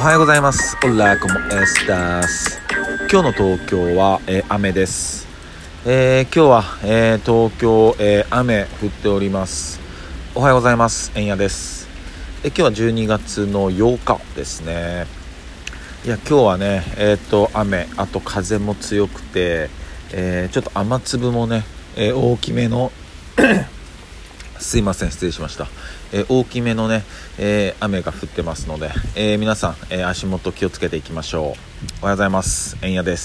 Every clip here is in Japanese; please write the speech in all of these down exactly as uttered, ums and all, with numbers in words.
はようございます。オラコモエスタス。今日の東京は、えー、雨です。えー、今日は、えー、東京、えー、雨降っております。おはようございます。えんやです。えー、今日はじゅうにがつのようかですね。いや今日はね、えー、と雨、あと風も強くて、えー、ちょっと雨粒もね、えー、大きめのすいません失礼しました、えー、大きめのね、えー、雨が降ってますので、えー、皆さん、えー、足元気をつけていきましょう。おはようございます。えんやです。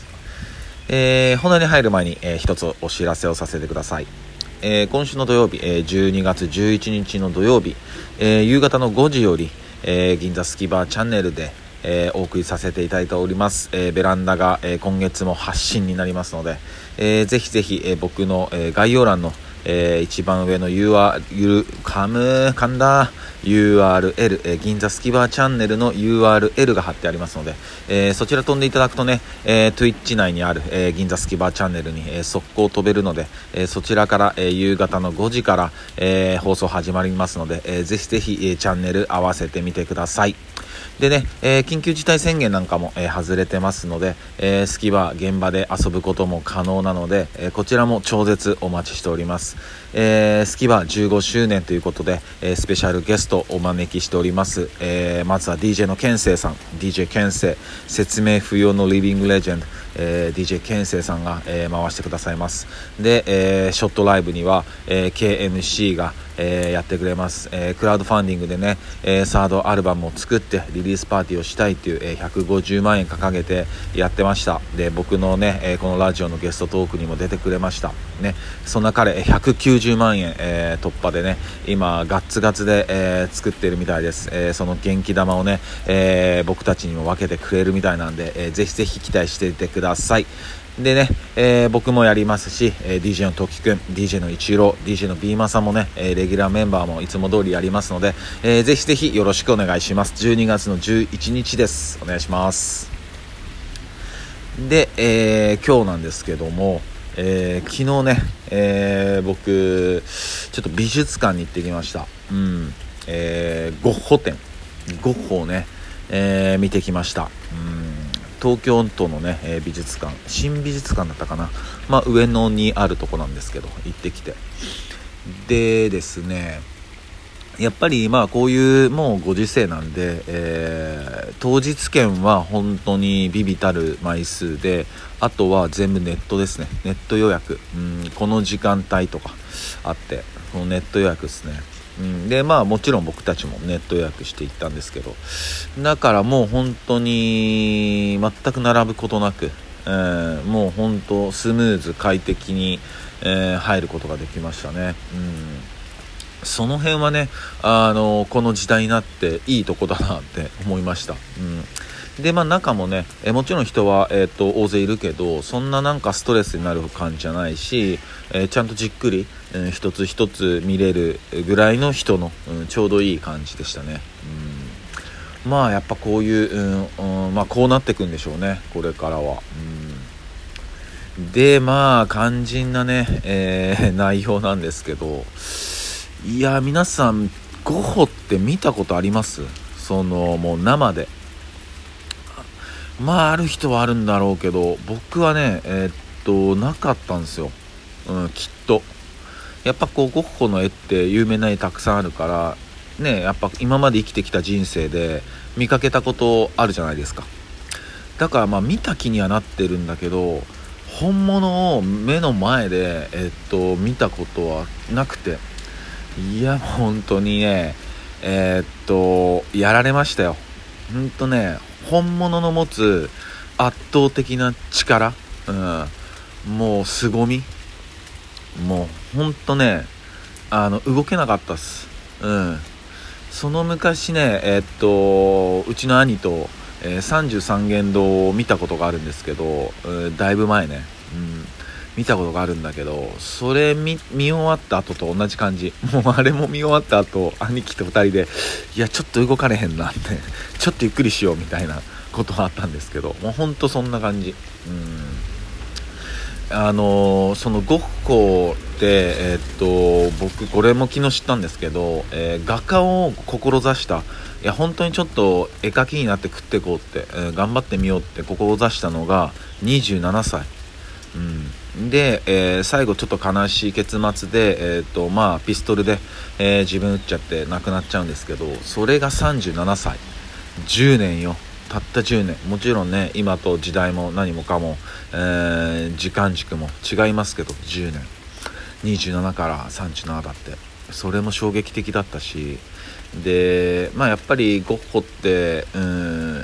えー、本題に入る前に、えー、一つお知らせをさせてください。えー、今週の土曜日、えー、じゅうにがつじゅういちにちの土曜日、えー、夕方のごじより、えー、銀座スキバーチャンネルで、えー、お送りさせていただいております。えー、ベランダが、えー、今月も発信になりますので、えー、ぜひぜひ、えー、僕の、えー、概要欄のえー、一番上の ユーアール ゆるかむ噛んだ ユーアールエル、えー、銀座スキバーチャンネルの ユーアールエル が貼ってありますので、えー、そちら飛んでいただくとね、えー、Twitch 内にある、えー、銀座スキバーチャンネルに、えー、速攻飛べるので、えー、そちらから、えー、夕方のごじから、えー、放送始まりますので、えー、ぜひぜひ、えー、チャンネル合わせてみてください。でね、えー、緊急事態宣言なんかも、えー、外れてますので、えー、スキバー現場で遊ぶことも可能なので、えー、こちらも超絶お待ちしております。えー、スキバーじゅうごしゅうねんということで、えー、スペシャルゲストをお招きしております。えー、まずは ディージェー のケンセイさん、 ディージェー ケンセイ、説明不要のリビングレジェンド、えー、ディージェー ケンセイさんが、えー、回してくださいます。で、えー、ショットライブには、えー、ケーエムシー がえー、やってくれます。えー、クラウドファンディングでね、えー、サードアルバムを作ってリリースパーティーをしたいという、えー、ひゃくごじゅうまんえん掲げてやってました。で、僕のね、えー、このラジオのゲストトークにも出てくれましたね。そんな彼ひゃくきゅうじゅうまんえん、えー、突破でね、今ガッツガツで、えー、作ってるみたいです。えー、その元気玉をね、えー、僕たちにも分けてくれるみたいなんで、えー、ぜひぜひ期待していてください。でね、えー、僕もやりますし、えー、ディージェー のトキくん、ディージェー のイチロー、ディージェー のビーマさんもね、えー、レギュラーメンバーもいつも通りやりますので、えー、ぜひぜひよろしくお願いします。じゅうにがつのじゅういちにちです。お願いします。で、えー、今日なんですけども、えー、昨日ね、えー、僕ちょっと美術館に行ってきました。うん、えー、ゴッホ展、ゴッホをね、えー、見てきました。うん東京都のね、えー、美術館、新美術館だったかな、まあ、上野にあるとこなんですけど行ってきて、でですね、やっぱりまあこういうもうご時世なんで、えー、当日券は本当に微々たる枚数で、あとは全部ネットですね。ネット予約、うん、この時間帯とかあって、このネット予約ですね。うん、でまあもちろん僕たちもネット予約していったんですけど、だからもう本当に全く並ぶことなく、えー、もう本当スムーズ快適に、えー、入ることができましたね。うん、その辺はね、あのこの時代になっていいとこだなって思いました。うんでまあ中もね、えもちろん人は、えー、と大勢いるけど、そんななんかストレスになる感じじゃないし、えー、ちゃんとじっくり、えー、一つ一つ見れるぐらいの人の、うん、ちょうどいい感じでしたね。うんまあやっぱこういう、うんうんまあ、こうなっていくんでしょうね、これからは。うんでまあ肝心なね、えー、内容なんですけど、いや皆さんゴッホって見たことあります？そのもう生で。まあある人はあるんだろうけど、僕はねえー、っとなかったんですよ。うんきっとやっぱこうゴッホの絵って有名な絵たくさんあるからね、やっぱ今まで生きてきた人生で見かけたことあるじゃないですか。だからまあ見た気にはなってるんだけど、本物を目の前でえー、っと見たことはなくて、いや本当にねえー、っとやられましたよ。ほんとね、本物の持つ圧倒的な力、うん、もう凄み、もうほんとね、あの動けなかったっす。うん、その昔ね、えー、っとうちの兄と、えー、さんじゅうさんげん堂を見たことがあるんですけど、うん、だいぶ前ね、うん、見たことがあるんだけど、それ 見, 見終わった後と同じ感じ。もうあれも見終わった後、兄貴とふたりでいやちょっと動かれへんなってちょっとゆっくりしようみたいなことがあったんですけど、もうほんとそんな感じ。うんあのー、そのゴッホって、えー、っと僕これも昨日知ったんですけど、えー、画家を志したいや本当にちょっと絵描きになって食っていこうって、えー、頑張ってみようって志したのがにじゅうななさい、うん、で、えー、最後ちょっと悲しい結末で、えーとまあ、ピストルで、えー、自分撃っちゃって亡くなっちゃうんですけど、それがさんじゅうななさい、じゅうねんよ、たったじゅうねん。もちろんね今と時代も何もかも、えー、時間軸も違いますけど、じゅうねん、にじゅうななからさんじゅうななだって、それも衝撃的だったし、でまあやっぱりゴッホって、うん、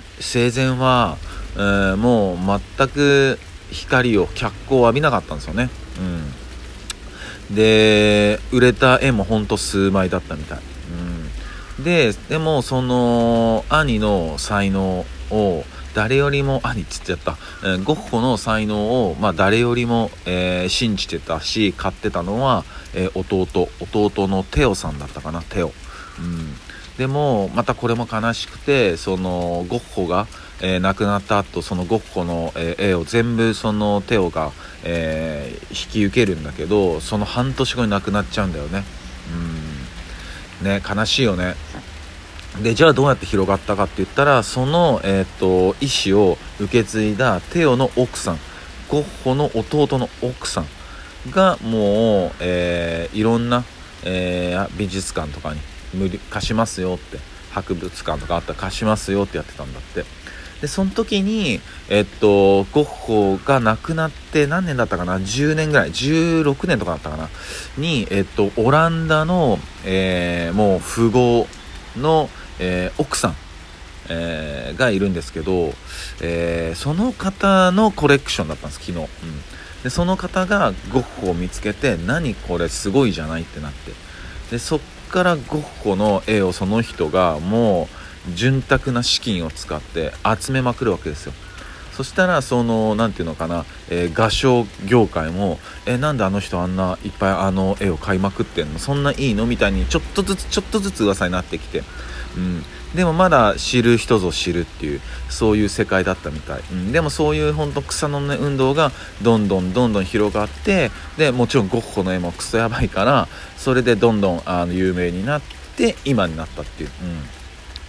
生前は、うん、もう全く光を脚光を浴びなかったんですよね、うん、で売れた絵もほんと数枚だったみたい、うん、ででもその兄の才能を誰よりも兄っつっちゃった、えー、ゴッホの才能を、まあ、誰よりも、えー、信じてたし買ってたのは、えー、弟弟のテオさんだったかな、テオ、うん、でもまたこれも悲しくて、そのゴッホが、えー、亡くなった後、そのゴッホの、えー、絵を全部そのテオが、えー、引き受けるんだけど、その半年後に亡くなっちゃうんだよね、うん、ね、悲しいよね。でじゃあどうやって広がったかって言ったら、その、えー、と意思を受け継いだテオの奥さん、ゴッホの弟の奥さんがもう、えー、いろんな、えー、美術館とかに無料貸しますよって、博物館とかあったら貸しますよってやってたんだって。でその時に、えっと、ゴッホが亡くなって何年だったかな、じゅうねんぐらい、じゅうろくねんとかだったかなに、えっと、オランダの、えー、もう富豪の、えー、奥さん、えー、がいるんですけど、えー、その方のコレクションだったんです昨日、うん、でその方がゴッホを見つけて、何これすごいじゃないってなって、でそっからゴッホの絵をその人がもう潤沢な資金を使って集めまくるわけですよ。そしたらそのなんていうのかな、えー、画商業界もえー、なんであの人あんないっぱいあの絵を買いまくってんの、そんないいのみたいにちょっとずつちょっとずつ噂になってきて、うん、でもまだ知る人ぞ知るっていう、そういう世界だったみたい、うん、でもそういう本当草の根運動がどんどんどんどん広がって、でもちろんゴッホの絵もクソやばいから、それでどんどんあの有名になって今になったっていう、うん、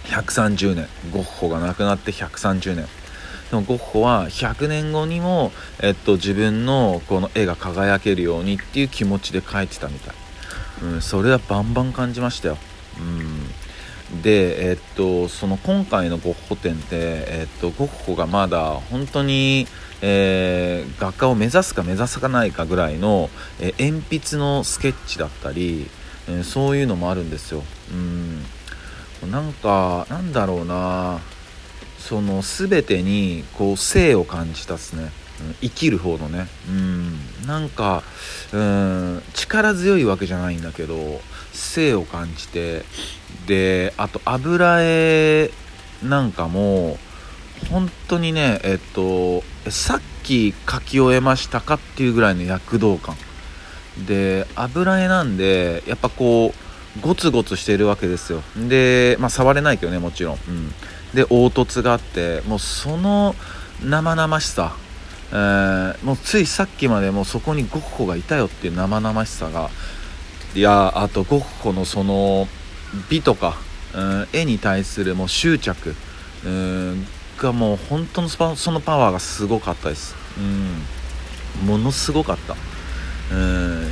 ひゃくさんじゅうねん、ゴッホが亡くなってひゃくさんじゅうねんでもゴッホはひゃくねんごにも、えっと、自分のこの絵が輝けるようにっていう気持ちで描いてたみたい、うん、それはバンバン感じましたよ、うん、で、えっと、その今回のゴッホ展って、えっと、ゴッホがまだ本当に、えー、画家を目指すか目指さないかぐらいの、えー、鉛筆のスケッチだったり、えー、そういうのもあるんですよ、うん、なんかなんだろうな、その全てにこう生を感じたっすね、うん、生きる方のね、うん、なんか、うん、力強いわけじゃないんだけど生を感じて、であと油絵なんかも本当にね、えっとさっき描き終えましたかっていうぐらいの躍動感で、油絵なんでやっぱこうゴツゴツしてるわけですよ。でまあ触れないけどね、もちろん、うん、で凹凸があって、もうその生々しさ、えー、もうついさっきまでもうそこにゴッホがいたよっていう生々しさが、いやあとゴッホのその美とか、うん、絵に対するもう執着、うん、がもう本当のそのパワーがすごかったです、うん、ものすごかった、うん、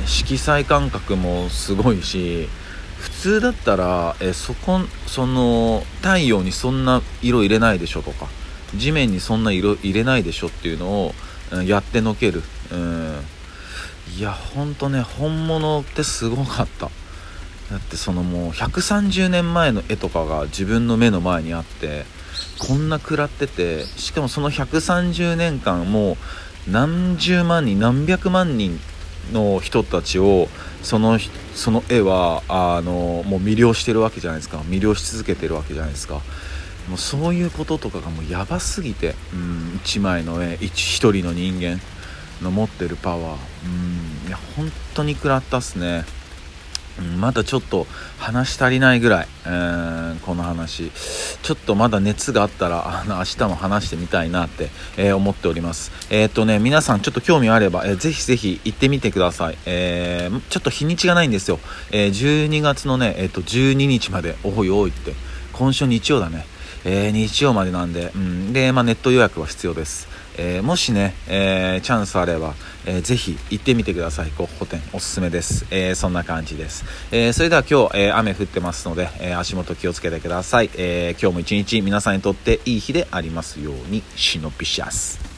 色彩感覚もすごいし、普通だったらえそこその太陽にそんな色入れないでしょとか、地面にそんな色入れないでしょっていうのを、うん、やってのける、うん、いやほんとね本物ってすごかった。だってそのもうひゃくさんじゅうねんまえの絵とかが自分の目の前にあって、こんな食らってて、しかもそのひゃくさんじゅうねんかんもう何十万人何百万人の人たちをそのその絵はあのもう魅了してるわけじゃないですか。魅了し続けてるわけじゃないですか。もうそういうこととかがもうやばすぎて、うん、一枚の絵一一人の人間の持ってるパワー、うん、いや本当に食らったっすね。まだちょっと話足りないぐらい、えー、この話ちょっとまだ熱があったらあの明日も話してみたいなって、えー、思っております。えー、っとね皆さんちょっと興味あれば、えー、ぜひぜひ行ってみてください。えー、ちょっと日にちがないんですよ。えー、じゅうにがつのね、えー、っとじゅうににちまでおいおいって今週日曜だね、えー、日曜までなんで、うん、で、まあ、ネット予約は必要です。えー、もしね、えー、チャンスあれば、えー、ぜひ行ってみてください。ゴッホ展おすすめです。えー、そんな感じです。えー、それでは今日、えー、雨降ってますので、えー、足元気をつけてください。えー、今日も一日皆さんにとっていい日でありますように。シノピシャス。